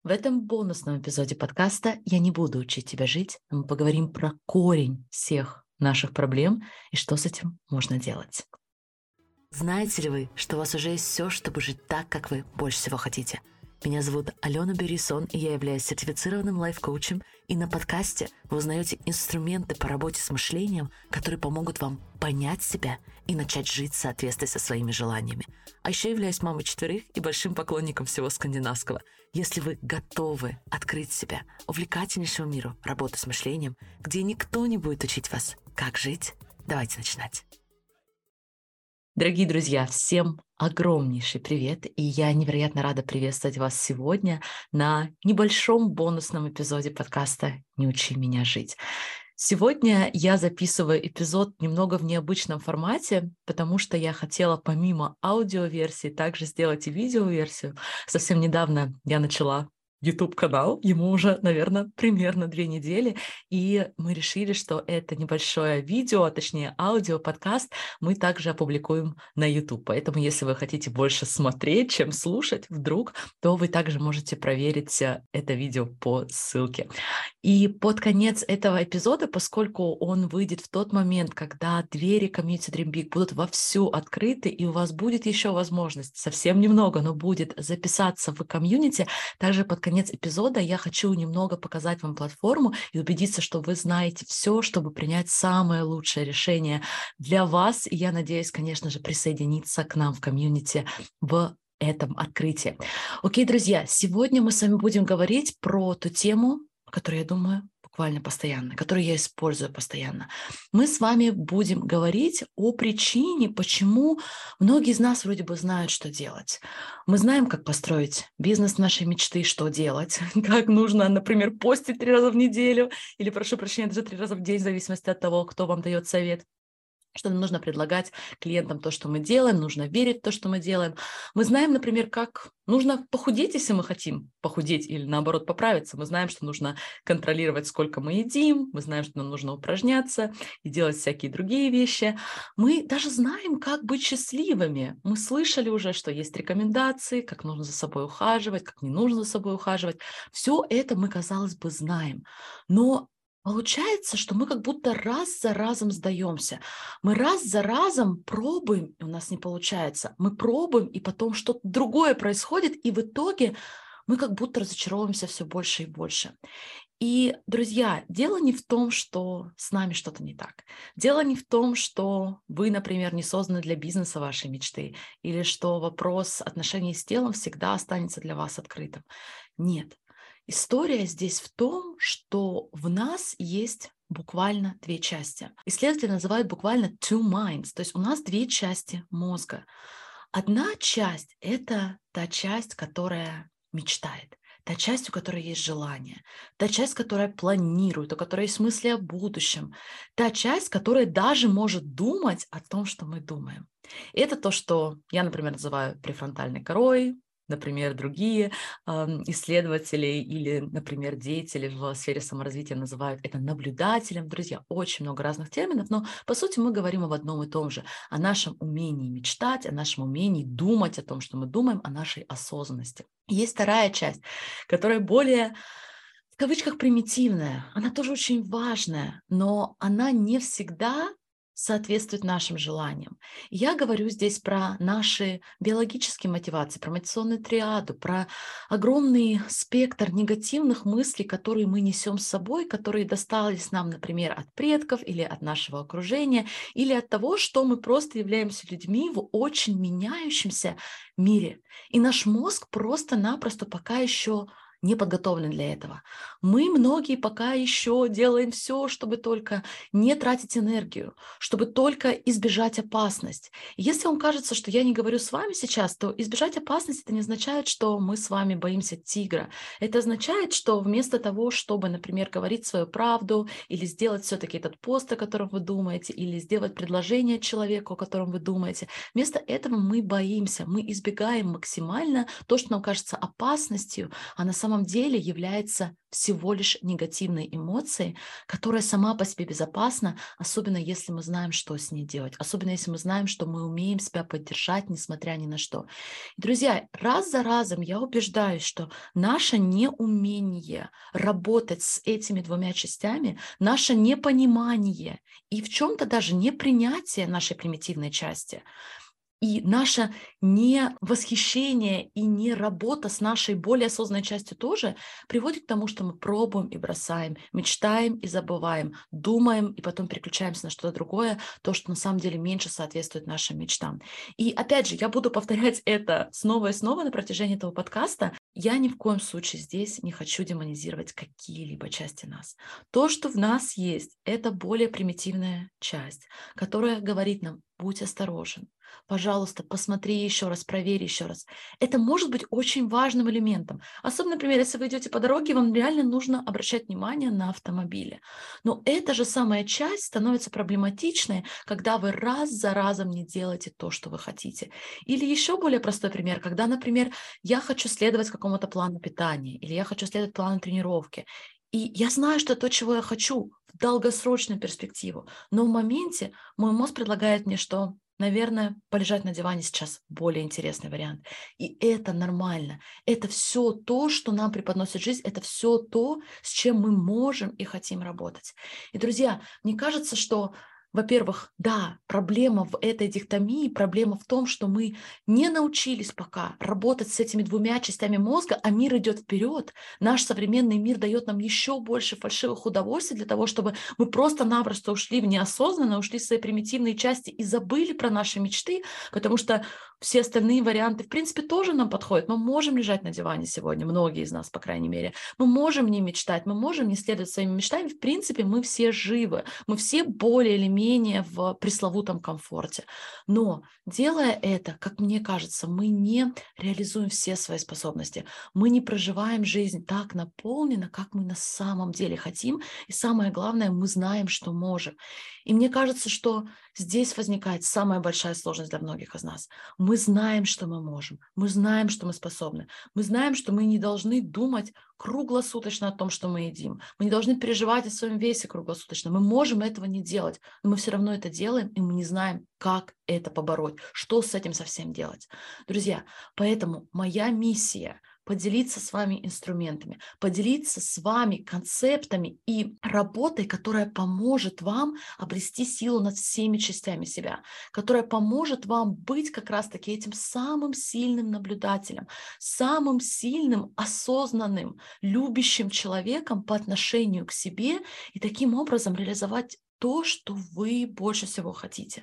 В этом бонусном эпизоде подкаста «Я не буду учить тебя жить», мы поговорим про корень всех наших проблем и что с этим можно делать. Знаете ли вы, что у вас уже есть все, чтобы жить так, как вы больше всего хотите? Меня зовут Алена Берисон, и я являюсь сертифицированным лайф-коучем, и на подкасте вы узнаете инструменты по работе с мышлением, которые помогут вам понять себя и начать жить в соответствии со своими желаниями. А еще являюсь мамой 4 и большим поклонником всего скандинавского. Если вы готовы открыть себя увлекательнейшему миру работы с мышлением, где никто не будет учить вас, как жить, давайте начинать. Дорогие друзья, всем огромнейший привет, и я невероятно рада приветствовать вас сегодня на небольшом бонусном эпизоде подкаста «Не учи меня жить». Сегодня я записываю эпизод немного в необычном формате, потому что я хотела помимо аудиоверсии также сделать и видеоверсию. Совсем недавно я начала YouTube-канал, ему уже, наверное, примерно 2 недели, и мы решили, что это небольшое видео, а точнее аудио-подкаст мы также опубликуем на YouTube. Поэтому, если вы хотите больше смотреть, чем слушать вдруг, то вы также можете проверить это видео по ссылке. И под конец этого эпизода, поскольку он выйдет в тот момент, когда двери Community Dream Big будут вовсю открыты, и у вас будет еще возможность, совсем немного, но будет записаться в комьюнити, также под конец эпизода я хочу немного показать вам платформу и убедиться, что вы знаете все, чтобы принять самое лучшее решение для вас. И я надеюсь, конечно же, присоединиться к нам в комьюнити в этом открытии. Окей, друзья, сегодня мы с вами будем говорить про ту тему, которую, я думаю, буквально постоянно, которую я использую постоянно. Мы с вами будем говорить о причине, почему многие из нас вроде бы знают, что делать. Мы знаем, как построить бизнес нашей мечты, что делать, как нужно, например, постить 3 раза в неделю или, прошу прощения, даже 3 раза в день, в зависимости от того, кто вам дает совет. Что нам нужно предлагать клиентам то, что мы делаем, нужно верить в то, что мы делаем. Мы знаем, например, как нужно похудеть, если мы хотим похудеть или, наоборот, поправиться. Мы знаем, что нужно контролировать, сколько мы едим, мы знаем, что нам нужно упражняться и делать всякие другие вещи. Мы даже знаем, как быть счастливыми. Мы слышали уже, что есть рекомендации, как нужно за собой ухаживать, как не нужно за собой ухаживать. Все это мы, казалось бы, знаем. Но получается, что мы как будто раз за разом сдаемся. Мы раз за разом пробуем, и у нас не получается. Мы пробуем, и потом что-то другое происходит, и в итоге мы как будто разочаровываемся все больше и больше. И, друзья, дело не в том, что с нами что-то не так. Дело не в том, что вы, например, не созданы для бизнеса вашей мечты, или что вопрос отношений с телом всегда останется для вас открытым. Нет. История здесь в том, что в нас есть буквально 2 части. Исследователи называют буквально two minds, то есть у нас 2 части мозга. Одна часть – это та часть, которая мечтает, та часть, у которой есть желание, та часть, которая планирует, у которой есть мысли о будущем, та часть, которая даже может думать о том, что мы думаем. И это то, что я, например, называю префронтальной корой, например, другие исследователи или, например, деятели в сфере саморазвития называют это наблюдателем. Друзья, очень много разных терминов, но по сути мы говорим об одном и том же, о нашем умении мечтать, о нашем умении думать о том, что мы думаем, о нашей осознанности. Есть вторая часть, которая более в кавычках примитивная, она тоже очень важная, но она не всегда соответствует нашим желаниям. Я говорю здесь про наши биологические мотивации, про мотивационную триаду, про огромный спектр негативных мыслей, которые мы несем с собой, которые достались нам, например, от предков или от нашего окружения, или от того, что мы просто являемся людьми в очень меняющемся мире. И наш мозг просто-напросто пока еще не подготовлен для этого. Мы многие пока еще делаем все, чтобы только не тратить энергию, чтобы только избежать опасность. И если вам кажется, что я не говорю с вами сейчас, то избежать опасности это не означает, что мы с вами боимся тигра. Это означает, что вместо того, чтобы, например, говорить свою правду или сделать все-таки этот пост, о котором вы думаете, или сделать предложение человеку, о котором вы думаете, вместо этого мы боимся, мы избегаем максимально то, что нам кажется опасностью, а на самом самом деле является всего лишь негативной эмоцией, которая сама по себе безопасна, особенно если мы знаем, что с ней делать, особенно если мы знаем, что мы умеем себя поддержать, несмотря ни на что. Друзья, раз за разом я убеждаюсь, что наше неумение работать с этими двумя частями, наше непонимание и в чем-то даже непринятие нашей примитивной части – и наше не восхищение и не работа с нашей более осознанной частью тоже приводит к тому, что мы пробуем и бросаем, мечтаем и забываем, думаем и потом переключаемся на что-то другое, то, что на самом деле меньше соответствует нашим мечтам. И опять же, я буду повторять это снова и снова на протяжении этого подкаста. Я ни в коем случае здесь не хочу демонизировать какие-либо части нас. То, что в нас есть, это более примитивная часть, которая говорит нам: будь осторожен, пожалуйста, посмотри еще раз, проверь еще раз. Это может быть очень важным элементом. Особенно, например, если вы идете по дороге, вам реально нужно обращать внимание на автомобили. Но эта же самая часть становится проблематичной, когда вы раз за разом не делаете то, что вы хотите. Или еще более простой пример, когда, например, я хочу следовать какому-то плану питания, или я хочу следовать плану тренировки, и я знаю, что то, чего я хочу в долгосрочную перспективу, но в моменте мой мозг предлагает мне, что, наверное, полежать на диване сейчас более интересный вариант. И это нормально. Это все то, что нам преподносит жизнь, это все то, с чем мы можем и хотим работать. И, друзья, мне кажется, что, во-первых, да, проблема в этой дихотомии, проблема в том, что мы не научились пока работать с этими двумя частями мозга, а мир идет вперед. Наш современный мир дает нам еще больше фальшивых удовольствий для того, чтобы мы просто-напросто ушли в неосознанно, ушли в свои примитивные части и забыли про наши мечты, потому что все остальные варианты, в принципе, тоже нам подходят. Мы можем лежать на диване сегодня, многие из нас, по крайней мере. Мы можем не мечтать, мы можем не следовать своими мечтами. В принципе, мы все живы, мы все более или менее в пресловутом комфорте. Но делая это, как мне кажется, мы не реализуем все свои способности. Мы не проживаем жизнь так наполненно, как мы на самом деле хотим. И самое главное, мы знаем, что можем. И мне кажется, что здесь возникает самая большая сложность для многих из нас. Мы знаем, что мы можем, мы знаем, что мы способны, мы знаем, что мы не должны думать круглосуточно о том, что мы едим. Мы не должны переживать о своем весе круглосуточно. Мы можем этого не делать, но мы все равно это делаем, и мы не знаем, как это побороть, что с этим совсем делать. Друзья, поэтому моя миссия – поделиться с вами инструментами, поделиться с вами концептами и работой, которая поможет вам обрести силу над всеми частями себя, которая поможет вам быть как раз-таки этим самым сильным наблюдателем, самым сильным, осознанным, любящим человеком по отношению к себе и таким образом реализовать то, что вы больше всего хотите.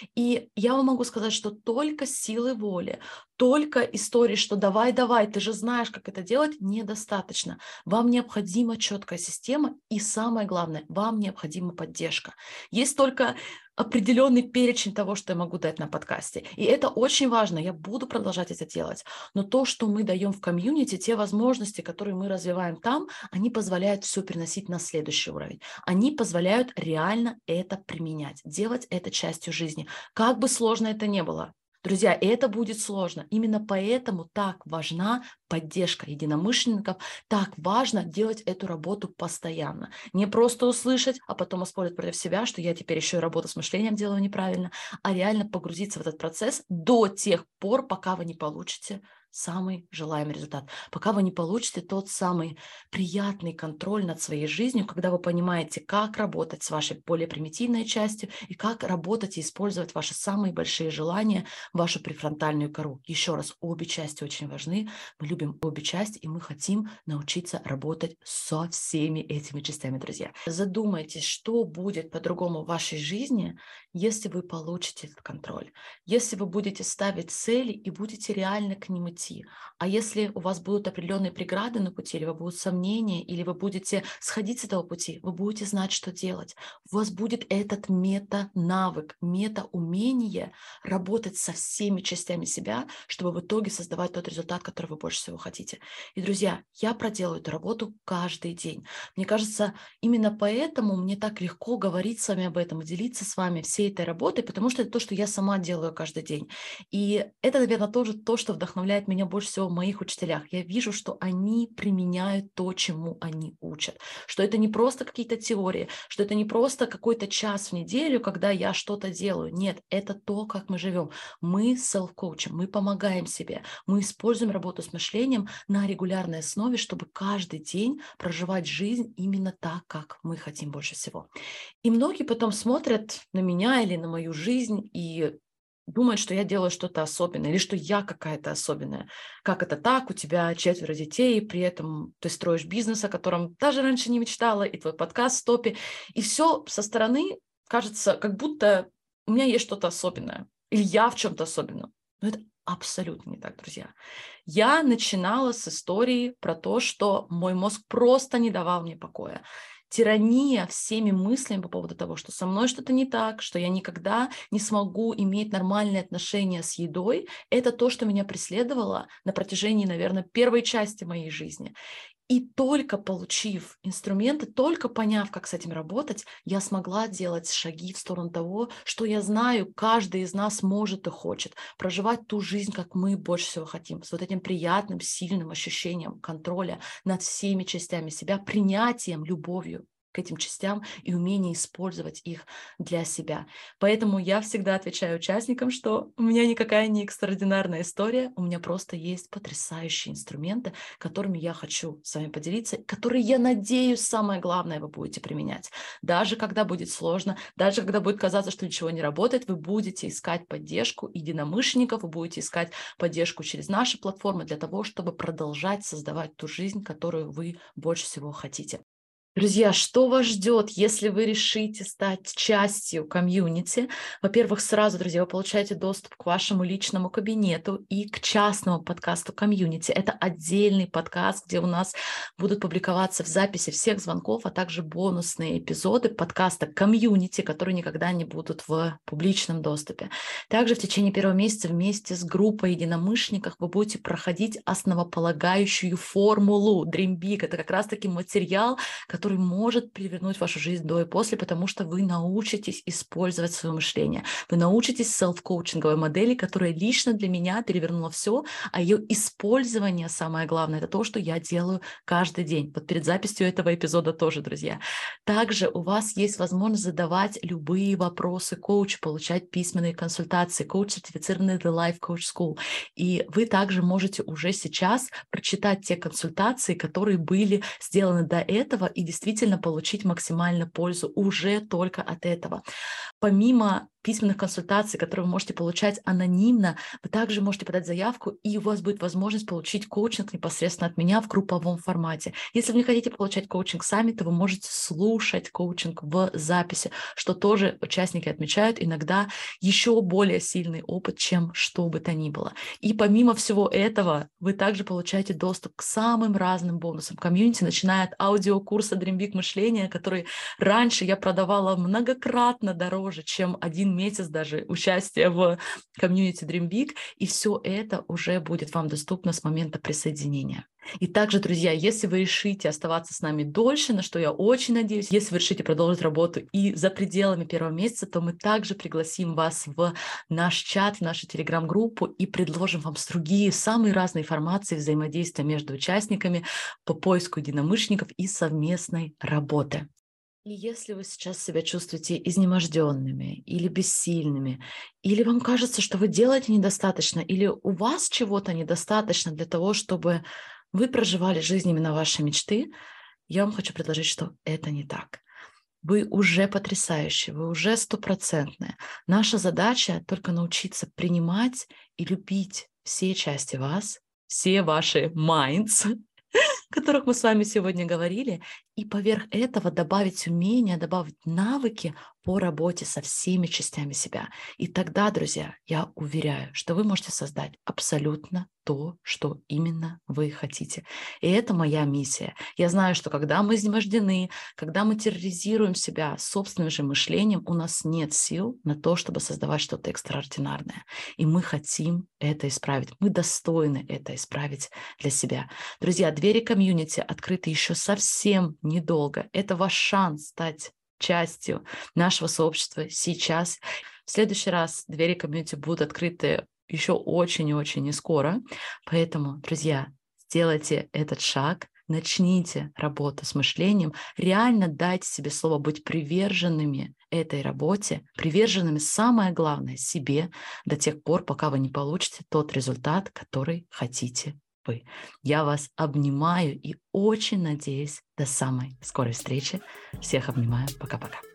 И я вам могу сказать, что только силы воли, только истории, что давай, ты же знаешь, как это делать, недостаточно. Вам необходима четкая система, и самое главное, вам необходима поддержка. Есть только определенный перечень того, что я могу дать на подкасте. И это очень важно, я буду продолжать это делать. Но то, что мы даем в комьюнити, те возможности, которые мы развиваем там, они позволяют все переносить на следующий уровень. Они позволяют реально это применять, делать это частью жизни. Как бы сложно это ни было. Друзья, это будет сложно. Именно поэтому так важна поддержка единомышленников, так важно делать эту работу постоянно. Не просто услышать, а потом оспорить против себя, что я теперь еще и работу с мышлением делаю неправильно, а реально погрузиться в этот процесс до тех пор, пока вы не получите самый желаемый результат, пока вы не получите тот самый приятный контроль над своей жизнью, когда вы понимаете, как работать с вашей более примитивной частью и как работать и использовать ваши самые большие желания, вашу префронтальную кору. Еще раз, обе части очень важны. Мы любим обе части, и мы хотим научиться работать со всеми этими частями, друзья. Задумайтесь, что будет по-другому в вашей жизни, если вы получите этот контроль, если вы будете ставить цели и будете реально к ним идти. А если у вас будут определенные преграды на пути, или будут сомнения, или вы будете сходить с этого пути, вы будете знать, что делать. У вас будет этот мета-навык, мета-умение работать со всеми частями себя, чтобы в итоге создавать тот результат, который вы больше всего хотите. И, друзья, я проделаю эту работу каждый день. Мне кажется, именно поэтому мне так легко говорить с вами об этом и делиться с вами всей этой работой, потому что это то, что я сама делаю каждый день. И это, наверное, тоже то, что вдохновляет меня меня больше всего в моих учителях. Я вижу, что они применяют то, чему они учат. Что это не просто какие-то теории, что это не просто какой-то час в неделю, когда я что-то делаю. Нет, это то, как мы живем. Мы селф-коучим, мы помогаем себе, мы используем работу с мышлением на регулярной основе, чтобы каждый день проживать жизнь именно так, как мы хотим больше всего. И многие потом смотрят на меня или на мою жизнь и думают, что я делаю что-то особенное или что я какая-то особенная. Как это так? У тебя 4 детей, при этом ты строишь бизнес, о котором даже раньше не мечтала, и твой подкаст в топе. И все со стороны кажется, как будто у меня есть что-то особенное или я в чем-то особенном. Но это абсолютно не так, друзья. Я начинала с истории про то, что мой мозг просто не давал мне покоя. Тирания всеми мыслями по поводу того, что со мной что-то не так, что я никогда не смогу иметь нормальные отношения с едой, это то, что меня преследовало на протяжении, наверное, первой части моей жизни. И только получив инструменты, только поняв, как с этим работать, я смогла делать шаги в сторону того, что я знаю, каждый из нас может и хочет проживать ту жизнь, как мы больше всего хотим, с вот этим приятным, сильным ощущением контроля над всеми частями себя, принятием, любовью к этим частям и умение использовать их для себя. Поэтому я всегда отвечаю участникам, что у меня никакая не экстраординарная история, у меня просто есть потрясающие инструменты, которыми я хочу с вами поделиться, которые, я надеюсь, самое главное, вы будете применять. Даже когда будет сложно, даже когда будет казаться, что ничего не работает, вы будете искать поддержку единомышленников, вы будете искать поддержку через наши платформы для того, чтобы продолжать создавать ту жизнь, которую вы больше всего хотите. Друзья, что вас ждет, если вы решите стать частью комьюнити? Во-первых, сразу, друзья, вы получаете доступ к вашему личному кабинету и к частному подкасту комьюнити. Это отдельный подкаст, где у нас будут публиковаться в записи всех звонков, а также бонусные эпизоды подкаста комьюнити, которые никогда не будут в публичном доступе. Также в течение первого месяца вместе с группой единомышленников вы будете проходить основополагающую формулу Dream Big. Это как раз-таки материал, который может перевернуть вашу жизнь до и после, потому что вы научитесь использовать свое мышление. Вы научитесь селф-коучинговой модели, которая лично для меня перевернула все, а ее использование, самое главное, это то, что я делаю каждый день. Вот перед записью этого эпизода тоже, друзья. Также у вас есть возможность задавать любые вопросы коучу, получать письменные консультации. Коуч сертифицированный The Life Coach School. И вы также можете уже сейчас прочитать те консультации, которые были сделаны до этого, и действительно получить максимально пользу уже только от этого. Помимо письменных консультаций, которые вы можете получать анонимно, вы также можете подать заявку, и у вас будет возможность получить коучинг непосредственно от меня в групповом формате. Если вы не хотите получать коучинг сами, то вы можете слушать коучинг в записи, что тоже участники отмечают, иногда еще более сильный опыт, чем что бы то ни было. И помимо всего этого, вы также получаете доступ к самым разным бонусам комьюнити, начиная от аудиокурса Dream Big мышления, который раньше я продавала многократно дороже, чем 1 месяц даже участия в комьюнити Dream Big, и все это уже будет вам доступно с момента присоединения. И также, друзья, если вы решите оставаться с нами дольше, на что я очень надеюсь, если вы решите продолжить работу и за пределами первого месяца, то мы также пригласим вас в наш чат, в нашу телеграм-группу и предложим вам другие, самые разные формации взаимодействия между участниками по поиску единомышленников и совместной работы. И если вы сейчас себя чувствуете изнеможденными или бессильными, или вам кажется, что вы делаете недостаточно, или у вас чего-то недостаточно для того, чтобы вы проживали жизнь именно вашей мечты, я вам хочу предложить, что это не так. Вы уже потрясающие, вы уже стопроцентные. Наша задача только научиться принимать и любить все части вас, все ваши minds, о которых мы с вами сегодня говорили, и поверх этого добавить умения, добавить навыки по работе со всеми частями себя. И тогда, друзья, я уверяю, что вы можете создать абсолютно то, что именно вы хотите. И это моя миссия. Я знаю, что когда мы изнемождены, когда мы терроризируем себя собственным же мышлением, у нас нет сил на то, чтобы создавать что-то экстраординарное. И мы хотим это исправить. Мы достойны это исправить для себя. Друзья, двери комьюнити открыты еще совсем недолго. Это ваш шанс стать частью нашего сообщества сейчас. В следующий раз двери комьюнити будут открыты еще очень и очень не скоро. Поэтому, друзья, сделайте этот шаг, начните работу с мышлением, реально дайте себе слово быть приверженными этой работе, приверженными, самое главное, себе до тех пор, пока вы не получите тот результат, который хотите вы. Я вас обнимаю и очень надеюсь до самой скорой встречи. Всех обнимаю. Пока-пока.